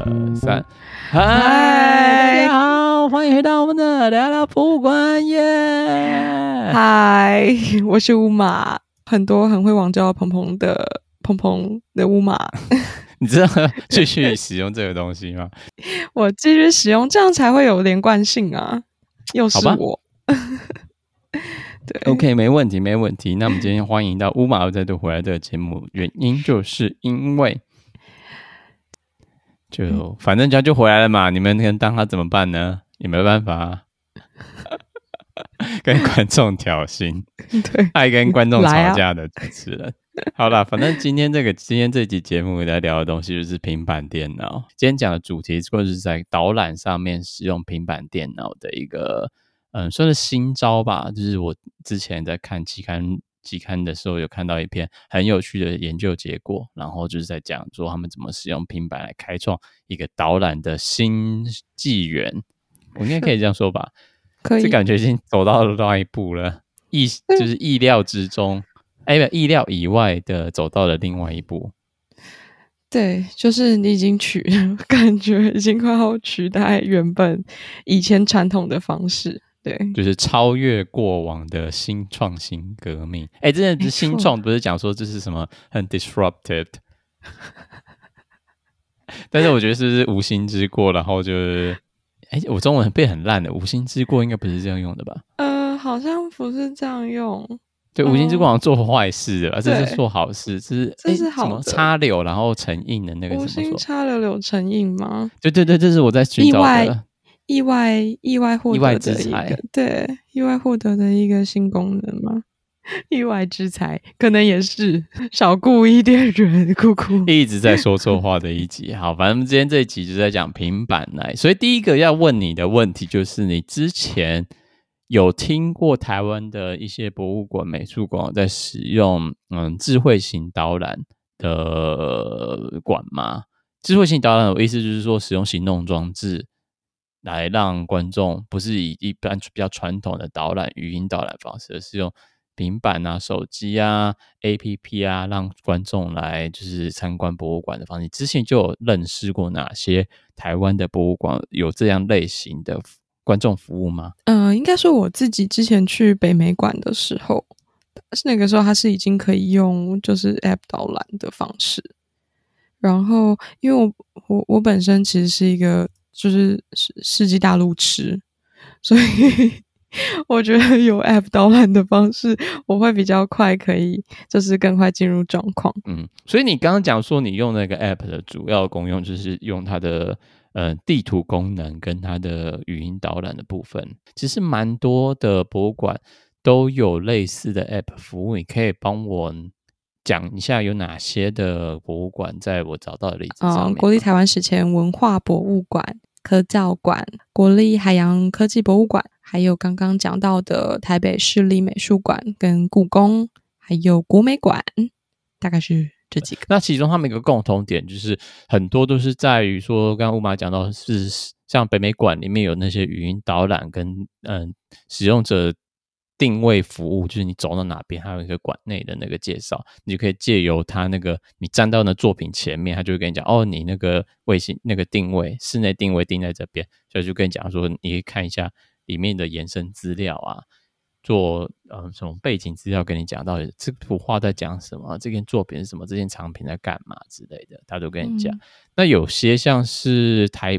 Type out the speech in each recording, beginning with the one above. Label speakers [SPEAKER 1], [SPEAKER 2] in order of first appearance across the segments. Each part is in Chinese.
[SPEAKER 1] 2、3，嗨，
[SPEAKER 2] 大
[SPEAKER 1] 家好，欢迎回到我们的聊聊博物馆耶！
[SPEAKER 2] 嗨，我是乌马，很多很会网交鹏鹏的乌马。
[SPEAKER 1] 你知道继续使用这个东西吗？
[SPEAKER 2] 我继续使用，这样才会有连贯性啊！又是我。对
[SPEAKER 1] OK， 没问题，没问题。那我们今天欢迎到乌马又再度回来这个节目，原因就是因为反正他就回来了嘛，你们能当他怎么办呢？也没办法跟观众挑衅，
[SPEAKER 2] 对，
[SPEAKER 1] 爱跟观众吵架的主持人。好啦，反正今天这集节目来聊的东西就是平板电脑。今天讲的主题就是在导览上面使用平板电脑的一个算是新招吧。就是我之前在看期刊的时候有看到一篇很有趣的研究结果，然后就是在讲说他们怎么使用平板来开创一个导览的新纪元。我应该可以这样说吧？
[SPEAKER 2] 可以，
[SPEAKER 1] 这感觉已经走到了另外一步了，就是意料之中。意料以外的走到了另外一步。
[SPEAKER 2] 对，就是你已经感觉已经快要取代原本以前传统的方式，对，
[SPEAKER 1] 就是超越过往的新创新革命。真的是新创，不是讲说这是什么很 disruptive， 但是我觉得是不是无心之过，然后就是我中文变很烂的，无心之过应该不是这样用的吧？
[SPEAKER 2] 好像不是这样用。
[SPEAKER 1] 对，无心之过好像做坏事的吧？这是做好事，
[SPEAKER 2] 这是好的。
[SPEAKER 1] 什么插柳然后成荫的那个
[SPEAKER 2] 无
[SPEAKER 1] 怎么说？
[SPEAKER 2] 心插柳成荫吗？
[SPEAKER 1] 对，这是我在寻找的
[SPEAKER 2] 意外获得的一个，对，意外获得的一个新功能吗？意外之财可能也是少雇一点人，酷
[SPEAKER 1] 一直在说错话的一集。好，反正今天这一集就在讲平板来，所以第一个要问你的问题就是你之前有听过台湾的一些博物馆、美术馆在使用智慧型导览的馆吗？智慧型导览的意思就是说使用行动装置来让观众不是以一般比较传统的导览语音导览方式，而是用平板啊、手机啊、APP 啊，让观众来就是参观博物馆的方式。之前就有认识过哪些台湾的博物馆有这样类型的观众服务吗？
[SPEAKER 2] 应该说我自己之前去北美馆的时候，那个时候它是已经可以用就是 App 导览的方式。然后因为我本身其实是一个就是世纪大陆痴，所以我觉得有 App 导览的方式，我会比较快可以就是更快进入状况。
[SPEAKER 1] 所以你刚刚讲说你用那个 App 的主要功用就是用它的地图功能跟它的语音导览的部分。其实蛮多的博物馆都有类似的 App 服务，你可以帮我讲一下有哪些的博物馆在我找到的例子上面。
[SPEAKER 2] 国立台湾史前文化博物馆、科教馆、国立海洋科技博物馆，还有刚刚讲到的台北市立美术馆跟故宫，还有国美馆，大概是这几个。
[SPEAKER 1] 那其中他们有一个共同点，就是很多都是在于说，刚刚乌马讲到是像北美馆里面有那些语音导览跟使用者定位服务，就是你走到哪边，还有一个馆内的那个介绍，你就可以借由它那个你站到那作品前面，他就会跟你讲你那个卫星那个定位室内定位定在这边，所以就跟你讲说，你可以看一下里面的延伸资料啊。做什么背景资料跟你讲到底这幅画在讲什么，这件作品是什么，这件藏品在干嘛之类的，他都跟你讲。那有些像是台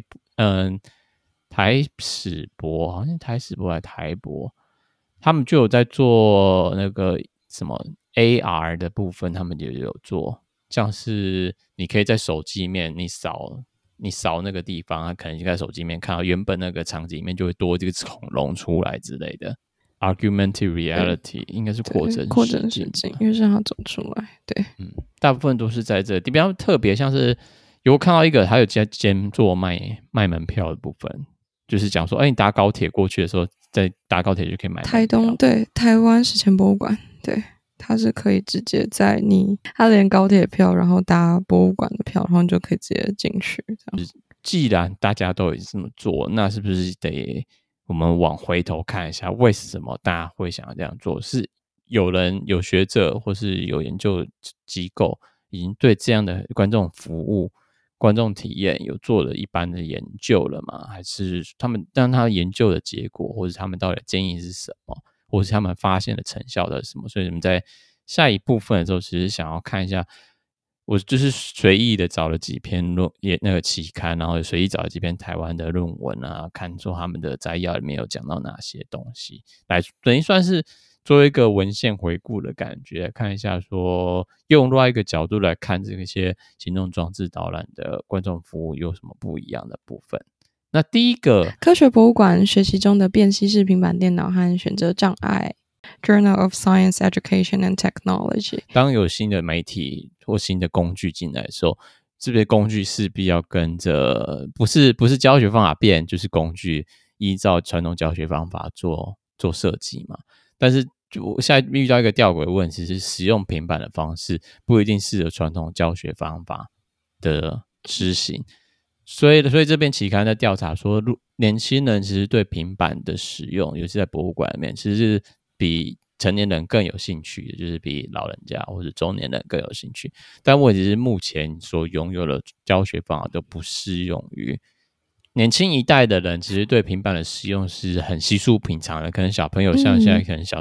[SPEAKER 1] 史博，好像台史博还是台博，他们就有在做那个什么 AR 的部分，他们也有做，像是你可以在手机面你扫那个地方，他可能就在手机面看到原本那个场景里面就会多这个恐龙出来之类的。Augmented reality 应该是扩增实境，
[SPEAKER 2] 因为是让它走出来。对，
[SPEAKER 1] 大部分都是在这里。比较特别，像是有看到一个，还有兼做卖门票的部分，就是讲说，你搭高铁过去的时候，再搭高铁就可以买门票。
[SPEAKER 2] 台东对台湾史前博物馆，对，它是可以直接在它连高铁票，然后搭博物馆的票，然后你就可以直接进去。这样，
[SPEAKER 1] 既然大家都已经这么做，那是不是得我们往回头看一下，为什么大家会想要这样做？是有学者或是有研究机构已经对这样的观众服务观众体验有做了一般的研究了吗？还是但他研究的结果，或者他们到底的建议是什么，或者是他们发现的成效的是什么？所以我们在下一部分的时候，其实想要看一下，我就是随意的找了几篇那个期刊，然后随意找了几篇台湾的论文啊，看说他们的摘要里面有讲到哪些东西，来等于算是做一个文献回顾的感觉，看一下说用另外一个角度来看这些行动装置导览的观众服务有什么不一样的部分。那第一个，
[SPEAKER 2] 科学博物馆学习中的便携式平板电脑和选择障碍 Journal of Science Education and Technology。
[SPEAKER 1] 当有新的媒体或新的工具进来的时候，这些工具势必要跟着不是教学方法变，就是工具依照传统教学方法做设计嘛。但是我现在遇到一个吊诡的问题是，使用平板的方式不一定适合传统教学方法的施行。所以这边期刊在调查说，年轻人其实对平板的使用，尤其在博物馆里面，其实是比成年人更有兴趣的，就是比老人家或者中年人更有兴趣。但问题是，目前所拥有的教学方法都不适用于年轻一代的人。其实对平板的使用是很稀疏平常的，可能小朋友像现在可能小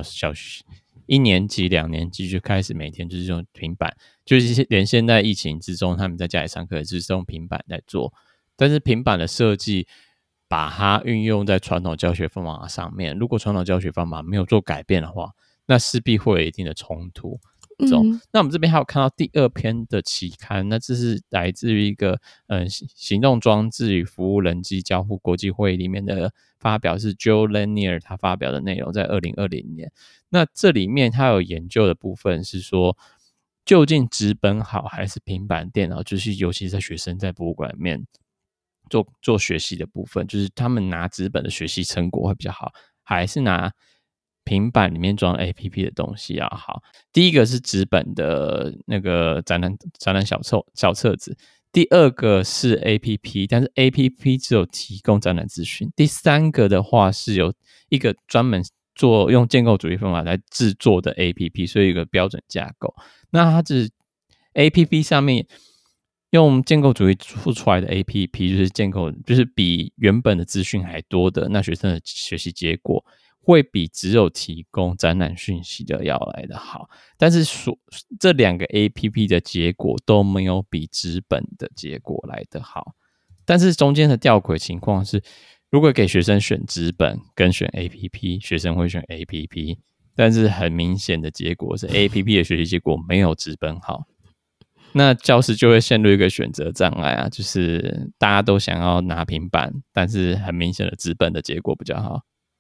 [SPEAKER 1] 1年级、2年级就开始每天就是用平板，就是连现在疫情之中，他们在家里上课也是用平板在做。但是平板的设计把它运用在传统教学方法上面，如果传统教学方法没有做改变的话，那势必会有一定的冲突。那我们这边还有看到第2篇的期刊，那这是来自于一个行动装置与服务人机交互国际会议里面的发表，是 Joe Lanier 他发表的内容，在2020年。那这里面他有研究的部分是说，究竟纸本好还是平板电脑，就是尤其是在学生在博物馆里面做学习的部分，就是他们拿纸本的学习成果会比较好，还是拿平板里面装 APP 的东西要好。第一个是纸本的那个展览小册子，第2个是 APP， 但是 APP 只有提供展览资讯。第3个的话是有一个专门用建构主义方法来制作的 APP， 所以有一个标准架构。那它是 APP 上面用建构主义做出来的 APP， 就是比原本的资讯还多的，那学生的学习结果会比只有提供展览讯息的要来的好。但是这2个 APP 的结果都没有比纸本的结果来的好。但是中间的吊诡情况是，如果给学生选纸本跟选 APP， 学生会选 APP， 但是很明显的结果是 APP 的学习结果没有纸本好。那教师就会陷入一个选择障碍啊，就是大家都想要拿平板，但是很明显的纸本的结果比较好，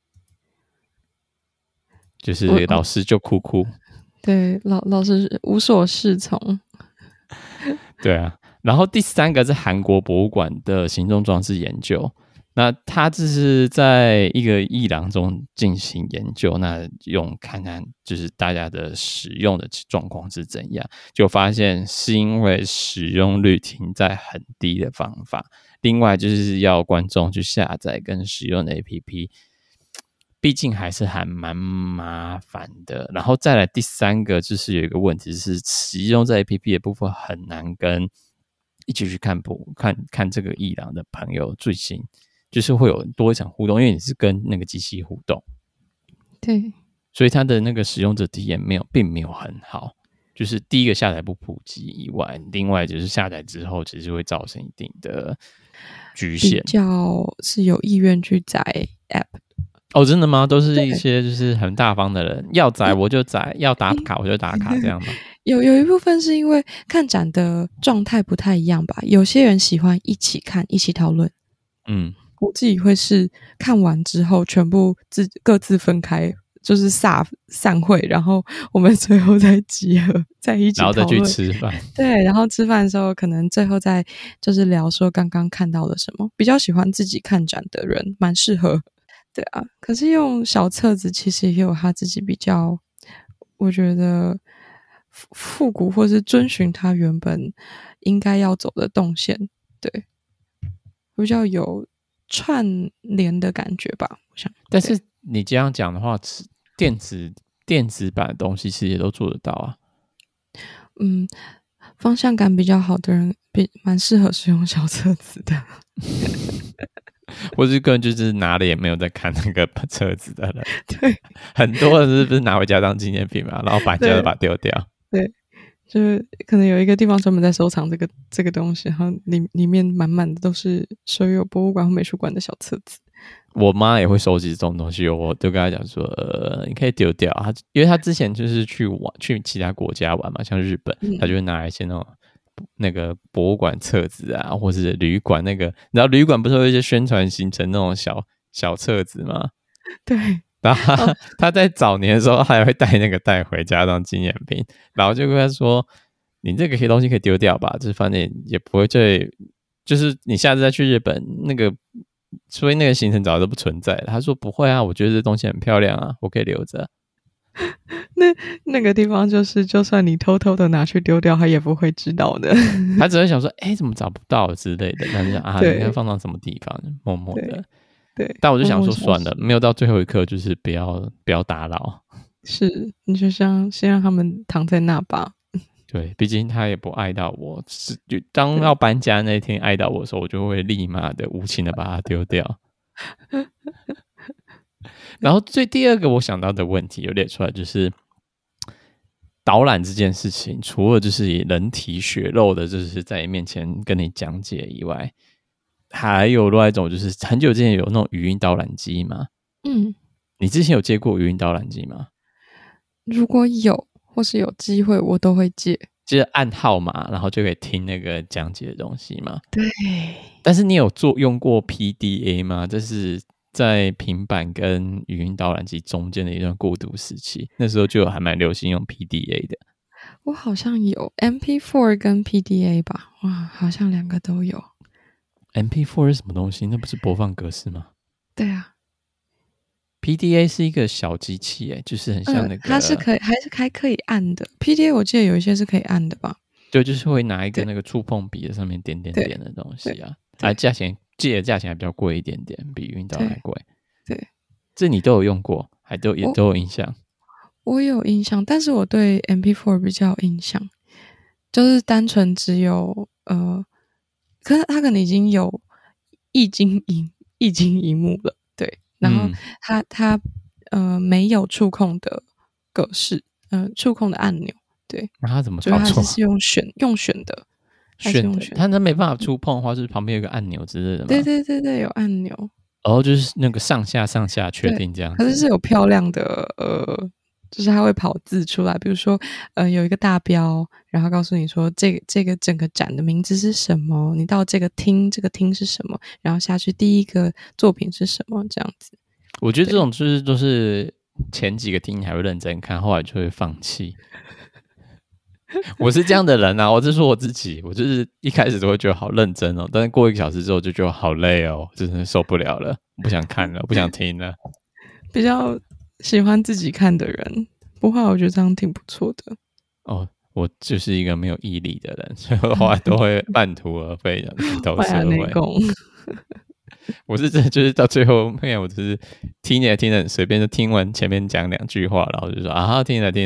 [SPEAKER 1] 就是老师就哭。
[SPEAKER 2] 对，老师无所适从。
[SPEAKER 1] 对啊，然后第3个是韩国博物馆的行动装置研究。那他这是在一个艺廊中进行研究，那看看就是大家的使用的状况是怎样，就发现是因为使用率停在很低的方法，另外就是要观众去下载跟使用的 APP， 毕竟还是还蛮麻烦的。然后再来第3个就是有一个问题是，使用这 APP 的部分很难跟一起去看这个艺廊的朋友最新，就是会有多一层互动，因为你是跟那个机器互动，
[SPEAKER 2] 对，
[SPEAKER 1] 所以它的那个使用者体验并没有很好。就是第一个下载不普及以外，另外就是下载之后其实会造成一定的局限，
[SPEAKER 2] 比较是有意愿去载 App。
[SPEAKER 1] 哦，真的吗？都是一些就是很大方的人，要载我就载，要打卡我就打卡，这样吗？
[SPEAKER 2] 有一部分是因为看展的状态不太一样吧，有些人喜欢一起看一起讨论，我自己会是看完之后全部各自分开，就是散会，然后我们最后再集合在一起讨论，
[SPEAKER 1] 然后再去吃饭。
[SPEAKER 2] 对，然后吃饭的时候可能最后再就是聊说刚刚看到了什么。比较喜欢自己看展的人蛮适合。对啊，可是用小册子其实也有他自己比较，我觉得复古或是遵循他原本应该要走的动线，对，比较有串联的感觉吧，我想。
[SPEAKER 1] 但是你这样讲的话，电子版的东西其实也都做得到啊。
[SPEAKER 2] 方向感比较好的人，蛮适合使用小册子的。
[SPEAKER 1] 或是个人就是拿了也没有在看那个册子的人，
[SPEAKER 2] 对，
[SPEAKER 1] 很多人是不是拿回家当纪念品嘛，然后搬家就把它丢掉。
[SPEAKER 2] 对，就是可能有一个地方专门在收藏这个东西，然后里面满满的都是所有博物馆或美术馆的小册子。
[SPEAKER 1] 我妈也会收集这种东西，我就跟她讲说，你可以丢掉。因为她之前就是去其他国家玩嘛，像日本，她就会拿一些那个博物馆册子啊，或是旅馆那个，然后旅馆不是有一些宣传行程那种小册子吗？
[SPEAKER 2] 对，
[SPEAKER 1] 然后他在早年的时候还会带回家当纪念品，然后就跟他说：“你这个东西可以丢掉吧，就是反正也不会就是你下次再去日本那个，所以那个行程早就不存在了。”他说：“不会啊，我觉得这东西很漂亮啊，我可以留着。”
[SPEAKER 2] 那个地方就是，就算你偷偷的拿去丢掉，他也不会知道的。
[SPEAKER 1] 他只会想说：“怎么找不到之类的。”他就想你看放到什么地方，默默的。
[SPEAKER 2] 对，
[SPEAKER 1] 但我就想说，算了，没有到最后一刻，就是不要打扰。
[SPEAKER 2] 是，你就先让他们躺在那吧。
[SPEAKER 1] 对，毕竟他也不爱到我，就当要搬家那天爱到我的时候，我就会立马的无情的把它丢掉。然后第二个我想到的问题有列出来，就是导览这件事情，除了就是以人体血肉的，就是在你面前跟你讲解以外，还有另外一种，就是很久之前有那种语音导览机嘛。你之前有借过语音导览机吗？
[SPEAKER 2] 如果有或是有机会，我都会借。
[SPEAKER 1] 就是按号码，然后就可以听那个讲解的东西嘛。
[SPEAKER 2] 对。
[SPEAKER 1] 但是你有用过 PDA 吗？这是在平板跟语音导览机中间的一段过渡时期，那时候就还蛮流行用 PDA 的。
[SPEAKER 2] 我好像有 MP4 跟 PDA 吧，哇，好像两个都有。
[SPEAKER 1] MP4 是什么东西？那不是播放格式吗？
[SPEAKER 2] 对啊。
[SPEAKER 1] PDA 是一个小机器，就是很像那个，
[SPEAKER 2] 它是还可以按的。PDA 我记得有一些是可以按的吧？
[SPEAKER 1] 对，就是会拿一个那个触碰笔在上面点点点的东西啊，价钱还比较贵一点点，比语音导览还贵。
[SPEAKER 2] 对，
[SPEAKER 1] 这你都有用过，也都有印象。
[SPEAKER 2] 我有印象，但是我对 MP4 比较有印象，就是单纯只有可是它可能已经有液晶萤幕了，对，然后它没有触控的格式，触控的按钮，对，
[SPEAKER 1] 那它怎么操作？
[SPEAKER 2] 它是用选的，
[SPEAKER 1] 它那没办法触碰的话，就是旁边有个按钮之类的吗？
[SPEAKER 2] 对，有按钮。
[SPEAKER 1] 就是那个上下确定这样子。
[SPEAKER 2] 可是有漂亮的就是它会跑字出来，比如说有一个大标，然后告诉你说这个整个展的名字是什么，你到这个厅是什么，然后下去第一个作品是什么，这样子。
[SPEAKER 1] 我觉得这种就是都是前几个厅你还会认真看，后来就会放弃。我是这样的人啊，我是说我自己，我就是一开始都会觉得好认真哦，但是过1个小时之后就觉得好累哦，真的受不了了，不想看了，不想听了。
[SPEAKER 2] 比较喜欢自己看的人，不会，我觉得这样挺不错的。
[SPEAKER 1] 我就是一个没有毅力的人，所以我后来都会半途而废的投社会。我是真的就是到最后面，我就是听也听得很随便，就听完前面讲2句话，然后就说听了，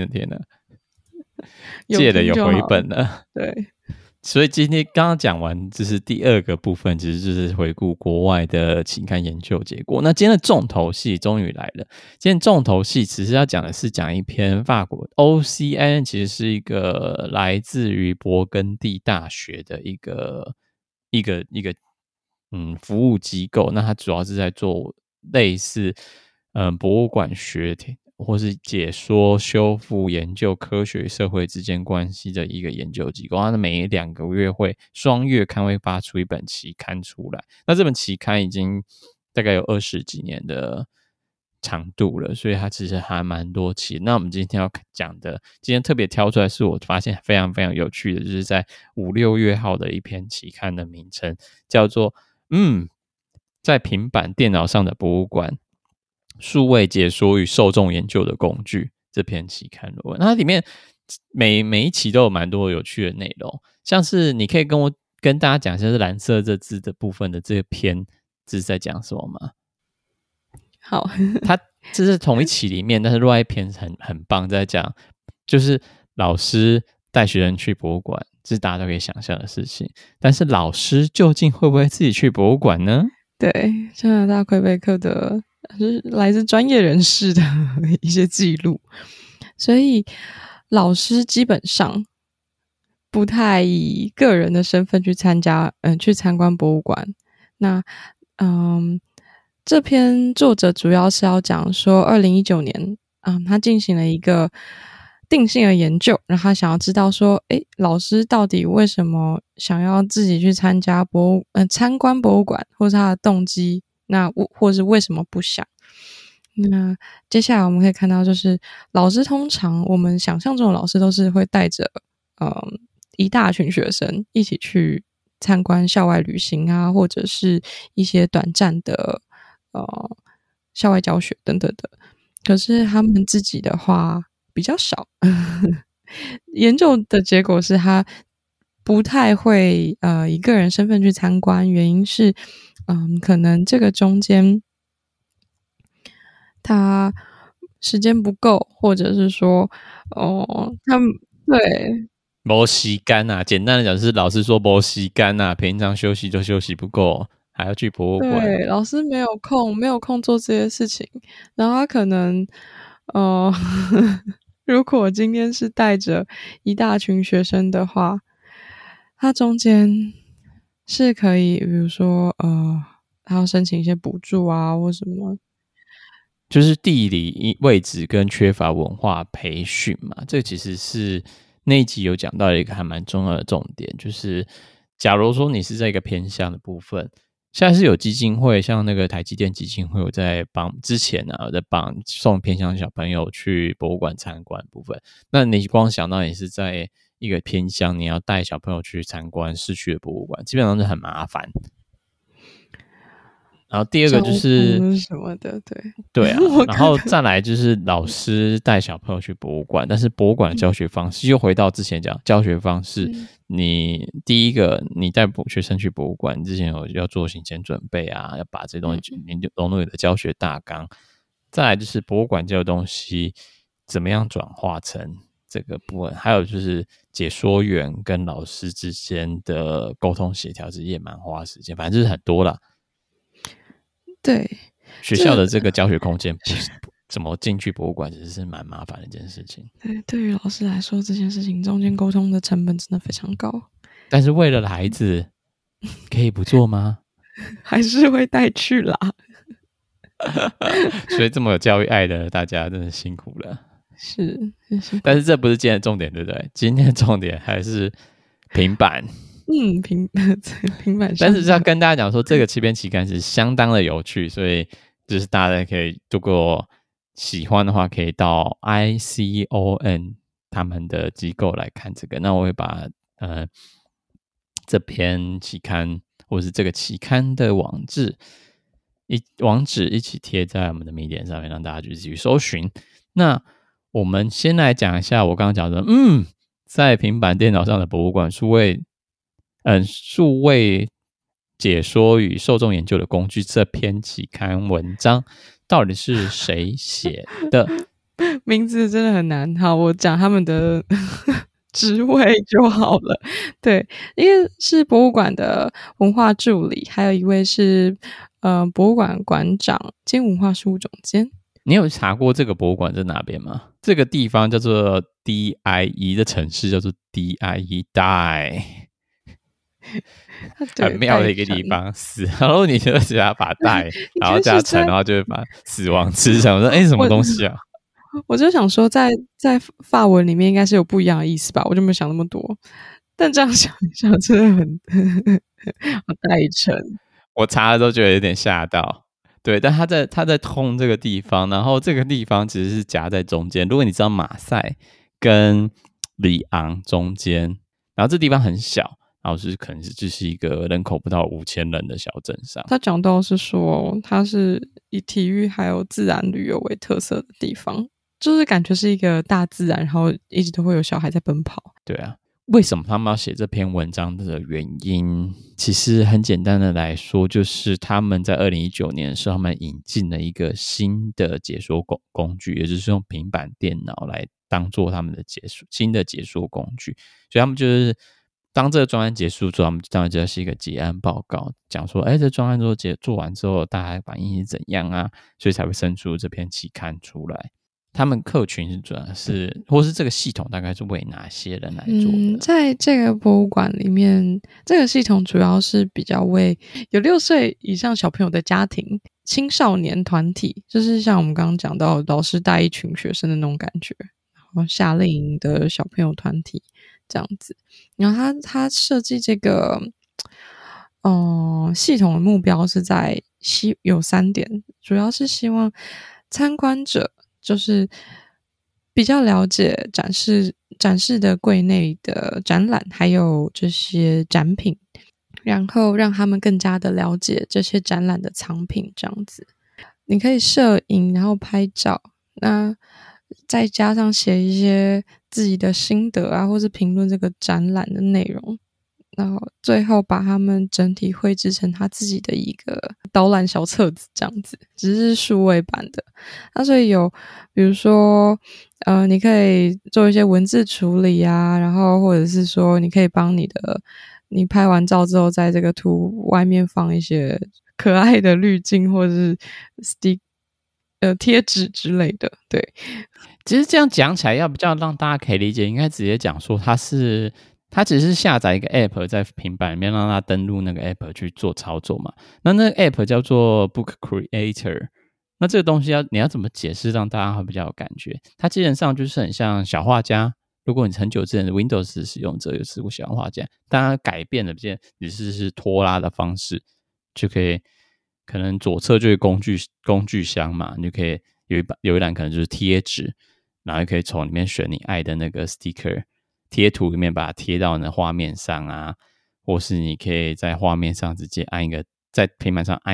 [SPEAKER 1] 借了有回本了。
[SPEAKER 2] 对，
[SPEAKER 1] 所以今天刚刚讲完，就是第2个部分，其实就是回顾国外的期刊研究结果。那今天的重头戏终于来了。今天重头戏其实要讲的是讲一篇法国 OCN， 其实是一个来自于勃艮第大学的一个服务机构。那它主要是在做类似博物馆学或是解说、修复、研究科学与社会之间关系的一个研究机构。它每2个月会双月刊会发出一本期刊出来。那这本期刊已经大概有20几年的长度了，所以它其实还蛮多期。那我们今天要讲的，今天特别挑出来是我发现非常非常有趣的，就是在5、6月号的一篇期刊的名称叫做在平板电脑上的博物馆。数位解说与受众研究的工具这篇期刊论文，那它里面每一期都有蛮多有趣的内容，像是你可以跟大家讲一下是蓝色这字的部分的这篇字在讲什么吗？
[SPEAKER 2] 好，
[SPEAKER 1] 它这是同一期里面，但是另外一篇很棒，在讲就是老师带学生去博物馆这是大家都可以想象的事情。但是老师究竟会不会自己去博物馆呢？
[SPEAKER 2] 对，加拿大魁北克的是来自专业人士的一些记录，所以老师基本上不太以个人的身份去去参观博物馆。那这篇作者主要是要讲说2019年他进行了一个定性的研究，然后他想要知道说老师到底为什么想要自己去参观博物馆，或是他的动机，那或是为什么不想。那接下来我们可以看到，就是老师通常我们想象中的老师都是会带着一大群学生一起去参观校外旅行啊，或者是一些短暂的校外教学等等的。可是他们自己的话比较少，研究的结果是他不太会以个人身份去参观，原因是可能这个中间他时间不够，或者是说他们对
[SPEAKER 1] 没时间啊，简单的讲就是老师说没时间啊，平常休息就休息不够，还要去博物馆。
[SPEAKER 2] 对，老师没有空做这些事情，然后他可能如果今天是带着一大群学生的话，他中间是可以比如说他要申请一些补助啊或什么，
[SPEAKER 1] 就是地理位置跟缺乏文化培训嘛，这其实是那一集有讲到一个还蛮重要的重点，就是假如说你是在一个偏乡的部分，现在是有基金会，像那个台积电基金会有在帮，之前有在帮送偏乡小朋友去博物馆参观的部分，那你光想到你是在一个偏乡，你要带小朋友去参观市区的博物馆，基本上是很麻烦。然后第二个就是
[SPEAKER 2] 什么的，
[SPEAKER 1] 对啊，然后再来就是老师带小朋友去博物馆，但是博物馆的教学方式又回到之前讲教学方式，你第一个你带学生去博物馆，你之前有要做行前准备啊，要把这些东西融入你的教学大纲，再来就是博物馆这个东西怎么样转化成这个部分，还有就是解说员跟老师之间的沟通协调，其实也蛮花时间，反正就是很多啦。
[SPEAKER 2] 对，
[SPEAKER 1] 学校的这个教学空间怎么进去博物馆，其实是蛮麻烦的一件事情。
[SPEAKER 2] 对于老师来说，这件事情中间沟通的成本真的非常高。
[SPEAKER 1] 但是为了孩子，可以不做吗？
[SPEAKER 2] 还是会带去啦。
[SPEAKER 1] 所以这么有教育爱的大家真的辛苦了。
[SPEAKER 2] 是，
[SPEAKER 1] 但是这不是今天的重点，对不对？今天的重点还是平板。
[SPEAKER 2] 平板上，
[SPEAKER 1] 但是要跟大家讲说，这个7篇期刊是相当的有趣，所以就是大家可以如果喜欢的话，可以到 ICON 他们的机构来看这个。那我会把这篇期刊或是这个期刊的网址一起贴在我们的迷点上面，让大家去继续搜寻。那我们先来讲一下我刚刚讲的，在平板电脑上的博物馆数位解说与受众研究的工具这篇期刊文章到底是谁写的？
[SPEAKER 2] 名字真的很难。好，我讲他们的职位就好了。对，一个是博物馆的文化助理，还有一位是博物馆馆长兼文化事务总监。
[SPEAKER 1] 你有查过这个博物馆在哪边吗？这个地方叫做 DIE 的城市叫做 DIE， 很妙的一个地方，死，然后你就只要把带，然后加成，然后就会把死亡吃成。我说，什么东西啊？
[SPEAKER 2] 我就想说在法文里面应该是有不一样的意思吧，我就没有想那么多。但这样想一想，真的很代称。
[SPEAKER 1] 我查的时候觉得有点吓到。对，但他在通这个地方，然后这个地方其实是夹在中间。如果你知道马赛跟里昂中间，然后这地方很小，然后可能就是一个人口不到5000人的小镇上。
[SPEAKER 2] 他讲到是说，它是以体育还有自然旅游为特色的地方，就是感觉是一个大自然，然后一直都会有小孩在奔跑。
[SPEAKER 1] 对啊，为什么他们要写这篇文章的原因，其实很简单的来说，就是他们在2019年的时候，他们引进了一个新的解说工具，也就是用平板电脑来当做他们的新的解说工具，所以他们就是当这个专案结束之后，他们当然就是一个结案报告，讲说，这专案做完之后，大家反应是怎样啊？所以才会生出这篇期刊出来。他们客群是主要是，或是这个系统大概是为哪些人来做的？
[SPEAKER 2] 在这个博物馆里面，这个系统主要是比较为有6岁以上小朋友的家庭、青少年团体，就是像我们刚刚讲到老师带一群学生的那种感觉，然后夏令营的小朋友团体这样子。然后他设计这个系统的目标是在有3点，主要是希望参观者就是比较了解展示的柜内的展览，还有这些展品，然后让他们更加的了解这些展览的藏品这样子。你可以摄影，然后拍照，那再加上写一些自己的心得啊，或是评论这个展览的内容，然后最后把他们整体绘制成他自己的一个导览小册子这样子，只是数位版的。那所以有比如说你可以做一些文字处理啊，然后或者是说你可以帮你拍完照之后，在这个图外面放一些可爱的滤镜或者是贴纸之类的。对，
[SPEAKER 1] 其实这样讲起来要比较让大家可以理解，应该直接讲说它只是下载一个 app 在平板里面，让它登录那个 app 去做操作嘛。那个 app 叫做 Book Creator。那这个东西你要怎么解释，让大家会比较有感觉？它基本上就是很像小画家。如果你很久之前的 Windows 使用者有试过小画家，当然改变了，你是拖拉的方式，就可以可能左侧就是工具箱嘛，你就可以有一栏可能就是贴纸，然后可以从里面选你爱的那个 sticker 贴图里面把它贴到你的画面上啊，或是你可以在画面上直接在平板上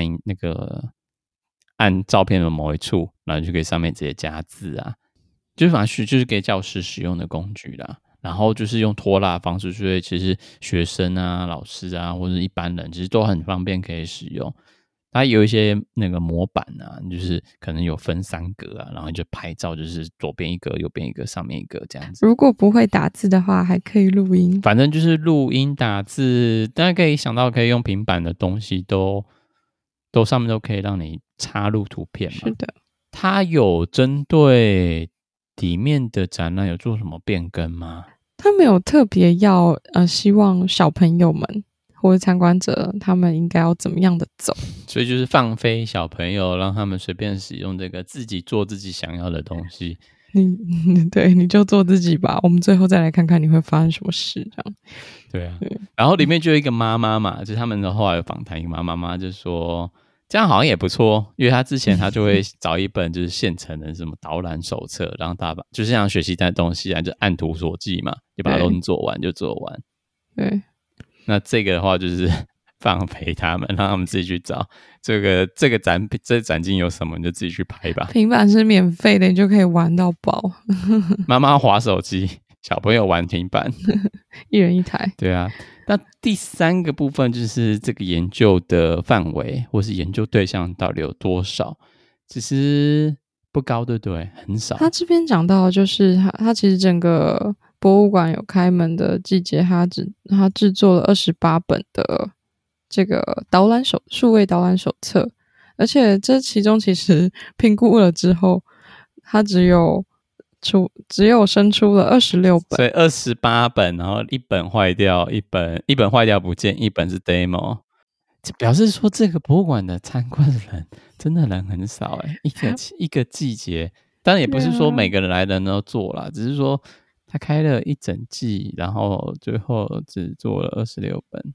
[SPEAKER 1] 按照片的某一处，然后就可以上面直接加字啊，就是反正就是给教师使用的工具啦。然后就是用拖拉的方式，所以其实学生啊、老师啊或者一般人其实都很方便可以使用。它有一些那个模板啊，就是可能有分3格啊，然后就拍照，就是左边一格、右边一格、上面一格这样子。
[SPEAKER 2] 如果不会打字的话，还可以录音。
[SPEAKER 1] 反正就是录音、打字，大家可以想到可以用平板的东西都上面都可以让你插入图片嘛。
[SPEAKER 2] 是的。
[SPEAKER 1] 它有针对里面的展览有做什么变更吗？
[SPEAKER 2] 他没有特别要希望小朋友们或者参观者他们应该要怎么样的走，
[SPEAKER 1] 所以就是放飞小朋友，让他们随便使用这个，自己做自己想要的东西。
[SPEAKER 2] 对，你就做自己吧，我们最后再来看看你会发生什么事这样。
[SPEAKER 1] 对啊，对。然后里面就有一个妈妈嘛，就是他们的后来有访谈一个妈妈就说这样好像也不错，因为他之前他就会找一本就是现成的什么导览手册，让大家就是像学习单的东西啊，就按图索骥嘛，就把东西做完就做完。
[SPEAKER 2] 对，
[SPEAKER 1] 那这个的话就是放陪他们，让他们自己去找这个展厅有什么，你就自己去拍吧。
[SPEAKER 2] 平板是免费的，你就可以玩到爆。
[SPEAKER 1] 妈妈滑手机，小朋友玩平板，
[SPEAKER 2] 一人一台。
[SPEAKER 1] 对啊。那第3个部分就是这个研究的范围或是研究对象到底有多少，其实不高，对不对？很少。
[SPEAKER 2] 他这边讲到就是他其实整个博物馆有开门的季节，他制作了28本的这个数位导览手册，而且这其中其实评估了之后，他只有生出了26本，
[SPEAKER 1] 所以28本，然后一本坏掉，一本坏掉不见，一本是 demo， 表示说这个博物馆的参观的人真的人很少一个季节，当然也不是说每个人来的人都做啦，只是说他开了一整季，然后最后只做了26本。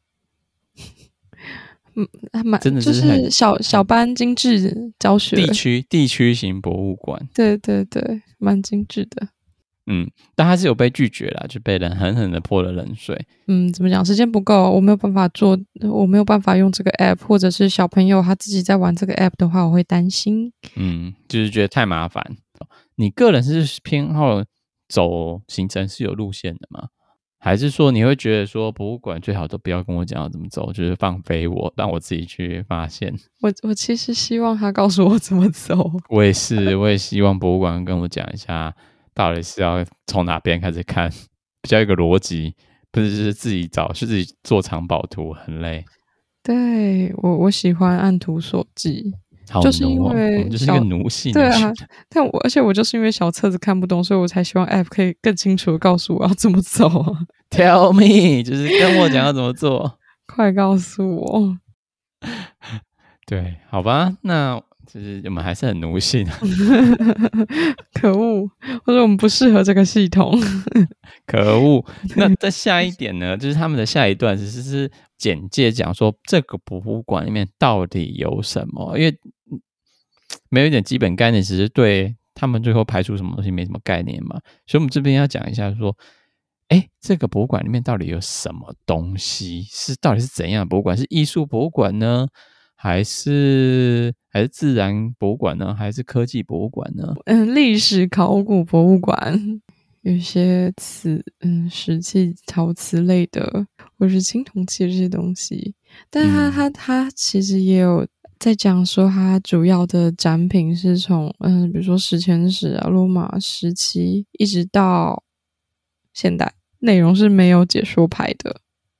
[SPEAKER 1] 真的
[SPEAKER 2] 就是小班精致教学，
[SPEAKER 1] 地区型博物馆，
[SPEAKER 2] 对对对，蛮精致的。
[SPEAKER 1] 但他是有被拒绝啦，就被人狠狠的泼了冷水。
[SPEAKER 2] 怎么讲？时间不够，我没有办法用这个 app， 或者是小朋友他自己在玩这个 app 的话，我会担心。
[SPEAKER 1] 就是觉得太麻烦。你个人是偏好走行程是有路线的吗？还是说你会觉得说博物馆最好都不要跟我讲要怎么走，就是放飞我，让我自己去发现？
[SPEAKER 2] 我其实希望他告诉我怎么走。
[SPEAKER 1] 我也希望博物馆跟我讲一下，到底是要从哪边开始看，比较有一个逻辑， 不是就是自己找，是自己做藏宝图，很累。
[SPEAKER 2] 对，我喜欢按图索骥，
[SPEAKER 1] 好
[SPEAKER 2] 就是因
[SPEAKER 1] 奴哦，我
[SPEAKER 2] 为
[SPEAKER 1] 们就是一个奴性
[SPEAKER 2] 对啊，
[SPEAKER 1] 的人。
[SPEAKER 2] 而且我就是因为小册子看不懂，所以我才希望 App 可以更清楚的告诉我要怎么走啊，
[SPEAKER 1] Tell me，就是跟我讲要怎么做。
[SPEAKER 2] 快告诉我！
[SPEAKER 1] 对，好吧，那就是我们还是很奴性。
[SPEAKER 2] 可恶，或者我们不适合这个系统。
[SPEAKER 1] 可恶！那在下一点呢，就是他们的下一段其实是简介讲说这个博物馆里面到底有什么，因为没有一点基本概念，其实对他们最后排除什么东西没什么概念嘛，所以我们这边要讲一下说，这个博物馆里面到底有什么东西？到底是怎样的博物馆？是艺术博物馆呢？还是自然博物馆呢？还是科技博物馆呢？
[SPEAKER 2] 历史考古博物馆有些石器、陶瓷类的，或是青铜器这些东西，但它其实也有在讲说，它主要的展品是从比如说史前史啊、罗马时期一直到现代，内容是没有解说牌的。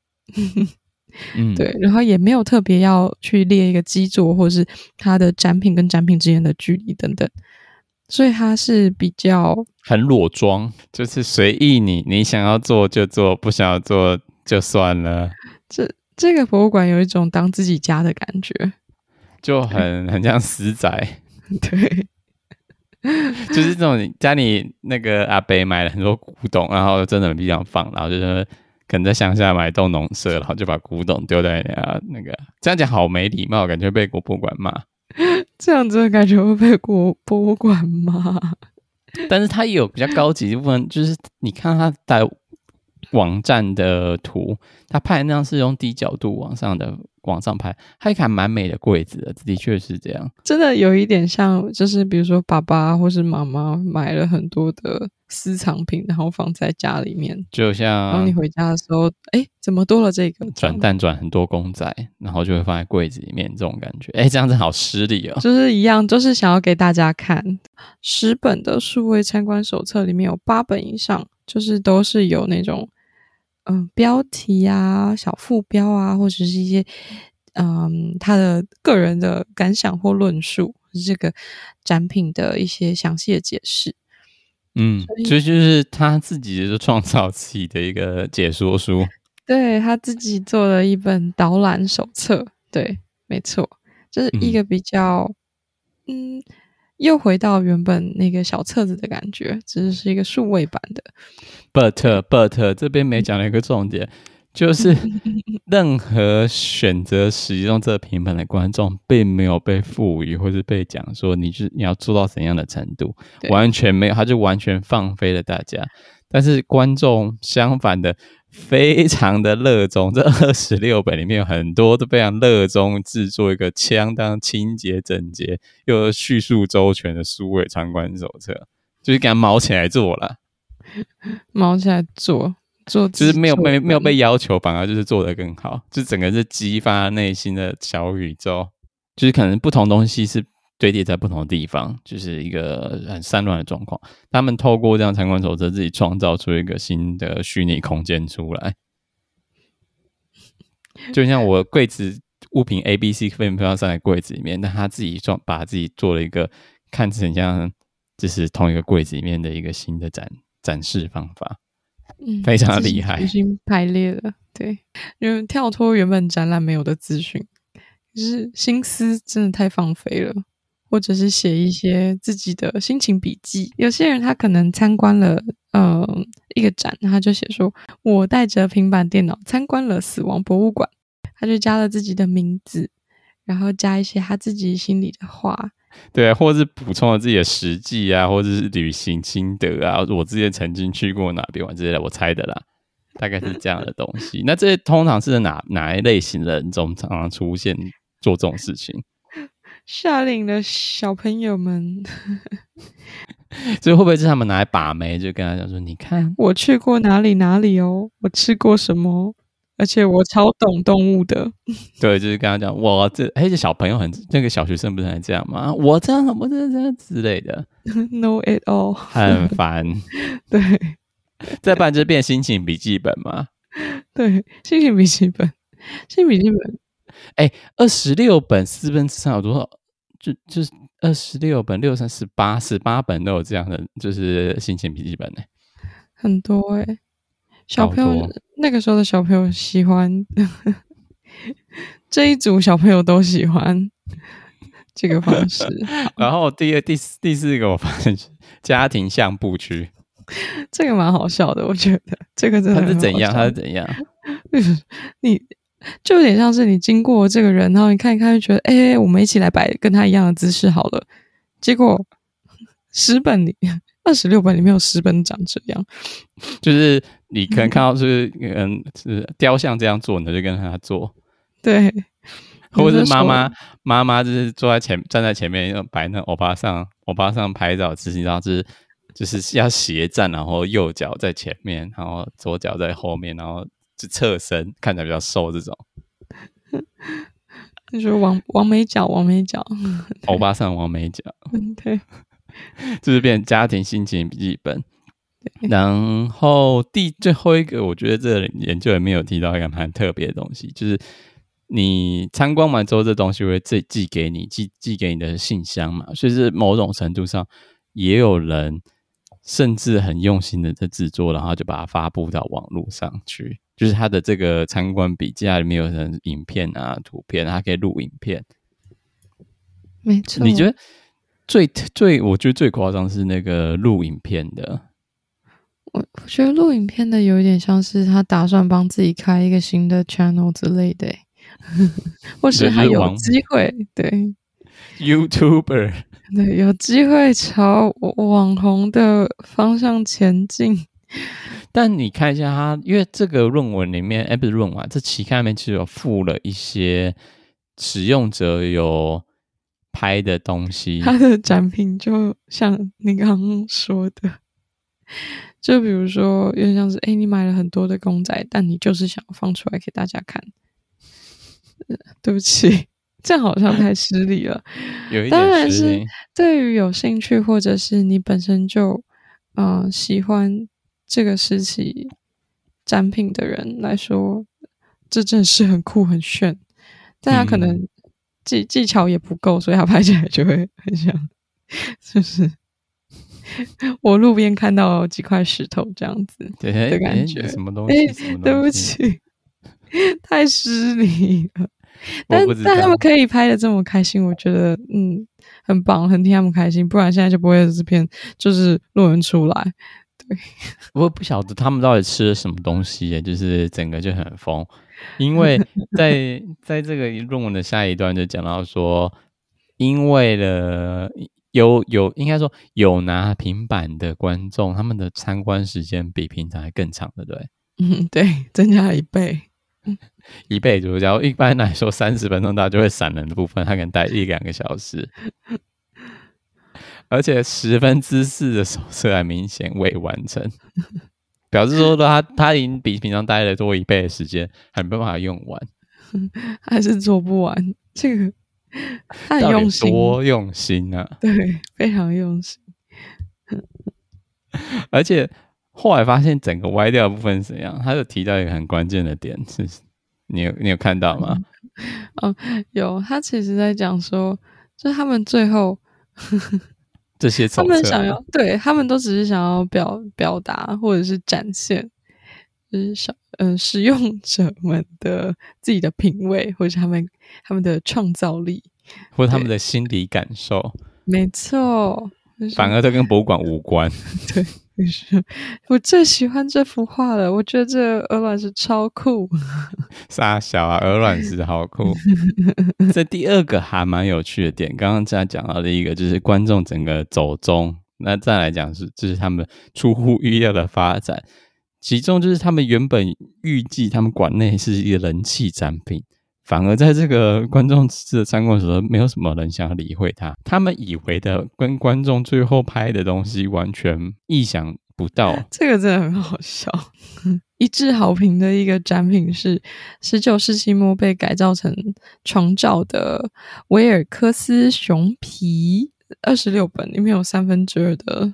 [SPEAKER 2] 对，然后也没有特别要去列一个基座，或是它的展品跟展品之间的距离等等，所以它是比较
[SPEAKER 1] 很裸装，就是随意你想要做就做，不想要做就算了。
[SPEAKER 2] 这个博物馆有一种当自己家的感觉，
[SPEAKER 1] 就很像私宅。
[SPEAKER 2] 对，
[SPEAKER 1] 就是这种家里那个阿伯买了很多古董，然后真的没地方放，然后就是可能在乡下买一栋农舍，然后就把古董丢在那个，这样讲好没礼貌，感觉被博物馆骂。
[SPEAKER 2] 这样子的感觉会被博物馆骂。
[SPEAKER 1] 但是它也有比较高级的部分，就是你看它的网站的图，它拍那样是用低角度往上拍，它一看蛮美的柜子的，的确是这样。
[SPEAKER 2] 真的有一点像，就是比如说爸爸或是妈妈买了很多的私藏品，然后放在家里面，
[SPEAKER 1] 就像
[SPEAKER 2] 然后你回家的时候，怎么多了这个？
[SPEAKER 1] 转蛋转很多公仔，然后就会放在柜子里面，这种感觉，这样子好失礼哦。
[SPEAKER 2] 就是一样，就是想要给大家看10本的数位参观手册，里面有8本以上，就是都是有那种标题啊、小副标啊，或者是一些他的个人的感想或论述，这个展品的一些详细的解释。
[SPEAKER 1] 所以就是他自己就创造自己的一个解说书，
[SPEAKER 2] 对，他自己做了一本导览手册，对，没错，这是一个比较又回到原本那个小册子的感觉，只是一个数位版的。
[SPEAKER 1] But 这边没讲了一个重点，就是任何选择使用这平板的观众，并没有被赋予或是被讲说你要做到怎样的程度，完全没有，他就完全放飞了大家。但是观众相反的，非常的热衷，这26本里面有很多都非常热衷制作一个相当清洁整洁又叙述周全的数位参观手册，就是给它毛起来做了，
[SPEAKER 2] 毛起来做，
[SPEAKER 1] 就是没有被要求，反而就是做得更好，就整个是激发内心的小宇宙，就是可能不同东西是堆叠在不同的地方，就是一个很散乱的状况。他们透过这样参观手册，自己创造出一个新的虚拟空间出来。就像我柜子物品 ABC 分配到上在柜子里面，但他自己把自己做了一个看起来很像就是同一个柜子里面的一个新的展示方法，非常的厉害，
[SPEAKER 2] 已经排列了，对，因为跳脱原本展览没有的资讯，就是心思真的太放飞了。或者是写一些自己的心情笔记，有些人他可能参观了一个展，他就写说我带着平板电脑参观了死亡博物馆，他就加了自己的名字，然后加一些他自己心里的话，
[SPEAKER 1] 对，或是补充了自己的实际啊，或者是旅行心得啊，我之前曾经去过哪边玩之类的，我猜的啦，大概是这样的东西。那这通常是哪一类型的人中常常出现做这种事情？
[SPEAKER 2] 夏令的小朋友们
[SPEAKER 1] 所以会不会是他们拿来把妹，就跟他讲说你看
[SPEAKER 2] 我去过哪里哪里哦，我吃过什么，而且我超懂动物的。
[SPEAKER 1] 对，就是跟他讲我这小朋友那个小学生不是还这样吗？我这样之类的
[SPEAKER 2] No at all
[SPEAKER 1] 很烦。
[SPEAKER 2] 对，
[SPEAKER 1] 再不然就变心情笔记本嘛。
[SPEAKER 2] 对，心情笔记本，心情笔记本
[SPEAKER 1] ，26本3/4有多少？就是26本6×3=18本都有这样的，就是心情笔记本呢，
[SPEAKER 2] 很多小朋友
[SPEAKER 1] 好多。
[SPEAKER 2] 那个时候的小朋友喜欢这一组小朋友都喜欢这个方式。
[SPEAKER 1] 然后第四个我发现是家庭相簿区，
[SPEAKER 2] 这个蛮好笑的，我觉得这个真的
[SPEAKER 1] 它是怎样？
[SPEAKER 2] 很好笑。
[SPEAKER 1] 它是怎样？
[SPEAKER 2] 你就有点像是你经过这个人，然后你看一看，就觉得我们一起来摆跟他一样的姿势好了。结果26本里面有10本长这样，
[SPEAKER 1] 就是你可能看到是雕像这样做，你就跟他做。
[SPEAKER 2] 对，
[SPEAKER 1] 或者是妈妈就是站在前面摆那欧巴桑拍照姿势，然后就是要斜站，然后右脚在前面，然后左脚在后面，然后就侧身，看起来比较瘦这种。
[SPEAKER 2] 你说王美脚，
[SPEAKER 1] 欧巴桑王美脚，
[SPEAKER 2] 对，
[SPEAKER 1] 就是变成家庭心情笔记本。然后最后一个，我觉得这个研究也没有提到一个蛮特别的东西，就是你参观完之后，这东西会寄给你的信箱嘛，所以是某种程度上也有人甚至很用心的在制作，然后就把它发布到网络上去，就是他的这个参观笔记里面有人影片啊、图片，他可以录影片。
[SPEAKER 2] 没错。
[SPEAKER 1] 你觉得我觉得最夸张是那个录影片的。
[SPEAKER 2] 我觉得录影片的有一点像是他打算帮自己开一个新的 channel 之类的或是他有机会，对
[SPEAKER 1] YouTuber，
[SPEAKER 2] 对，有机会朝网红的方向前进。
[SPEAKER 1] 但你看一下他，因为这个论文里面，不是论文，这期刊里面其实有附了一些使用者有拍的东西。
[SPEAKER 2] 他的展品就像你刚刚说的，就比如说有点像是你买了很多的公仔，但你就是想放出来给大家看。对不起，这样好像太失礼了。
[SPEAKER 1] 有一
[SPEAKER 2] 当然
[SPEAKER 1] 点失礼。
[SPEAKER 2] 是对于有兴趣或者是你本身就喜欢这个时期展品的人来说，这真的是很酷很炫。但他可能技巧也不够，所以他拍起来就会很像，就是我路边看到几块石头这样子的感觉。
[SPEAKER 1] 什么东西？
[SPEAKER 2] 对不起，太失礼了。但
[SPEAKER 1] 我不知道。
[SPEAKER 2] 他们可以拍的这么开心，我觉得很棒，很替他们开心，不然现在就不会有这篇就是论文出来。对，
[SPEAKER 1] 我不晓得他们到底吃了什么东西耶，就是整个就很疯。因为在这个论文的下一段就讲到说，因为应该说有拿平板的观众，他们的参观时间比平常还更长，对不对？
[SPEAKER 2] 对，增加了1倍。
[SPEAKER 1] 1倍左右，假如一般来说30分钟，大家就会闪人的部分，他可能待1-2个小时，而且4/10的手册还明显未完成，表示说他已经比平常待了多1倍的时间，还没办法用完，
[SPEAKER 2] 还是做不完。这个他很用心，
[SPEAKER 1] 多用心啊！
[SPEAKER 2] 对，非常用心。
[SPEAKER 1] 而且后来发现整个歪掉的部分是怎样，他就提到一个很关键的点，是你有看到吗？
[SPEAKER 2] 有，他其实在讲说，就他们最后
[SPEAKER 1] 这些手册，
[SPEAKER 2] 他们想要，对，他们都只是想要表达或者是展现，就是使用者们的自己的品味，或者他们的创造力，
[SPEAKER 1] 或者他们的心理感受，
[SPEAKER 2] 没错，
[SPEAKER 1] 反而都跟博物馆无关。
[SPEAKER 2] 对。我最喜欢这幅画了，我觉得这鹅卵石超酷。
[SPEAKER 1] 傻小啊，鹅卵石好酷。这第二个还蛮有趣的点，刚刚在讲到的一个就是观众整个走中，那再来讲就是他们出乎预料的发展，其中就是他们原本预计他们馆内是一个人气展品，反而在这个观众的参观的时候，没有什么人想要理会他。他们以为的跟观众最后拍的东西完全意想不到。
[SPEAKER 2] 这个真的很好笑。一致好评的一个展品是19世纪末被改造成床罩的维尔科斯熊皮，26本里面有2/3的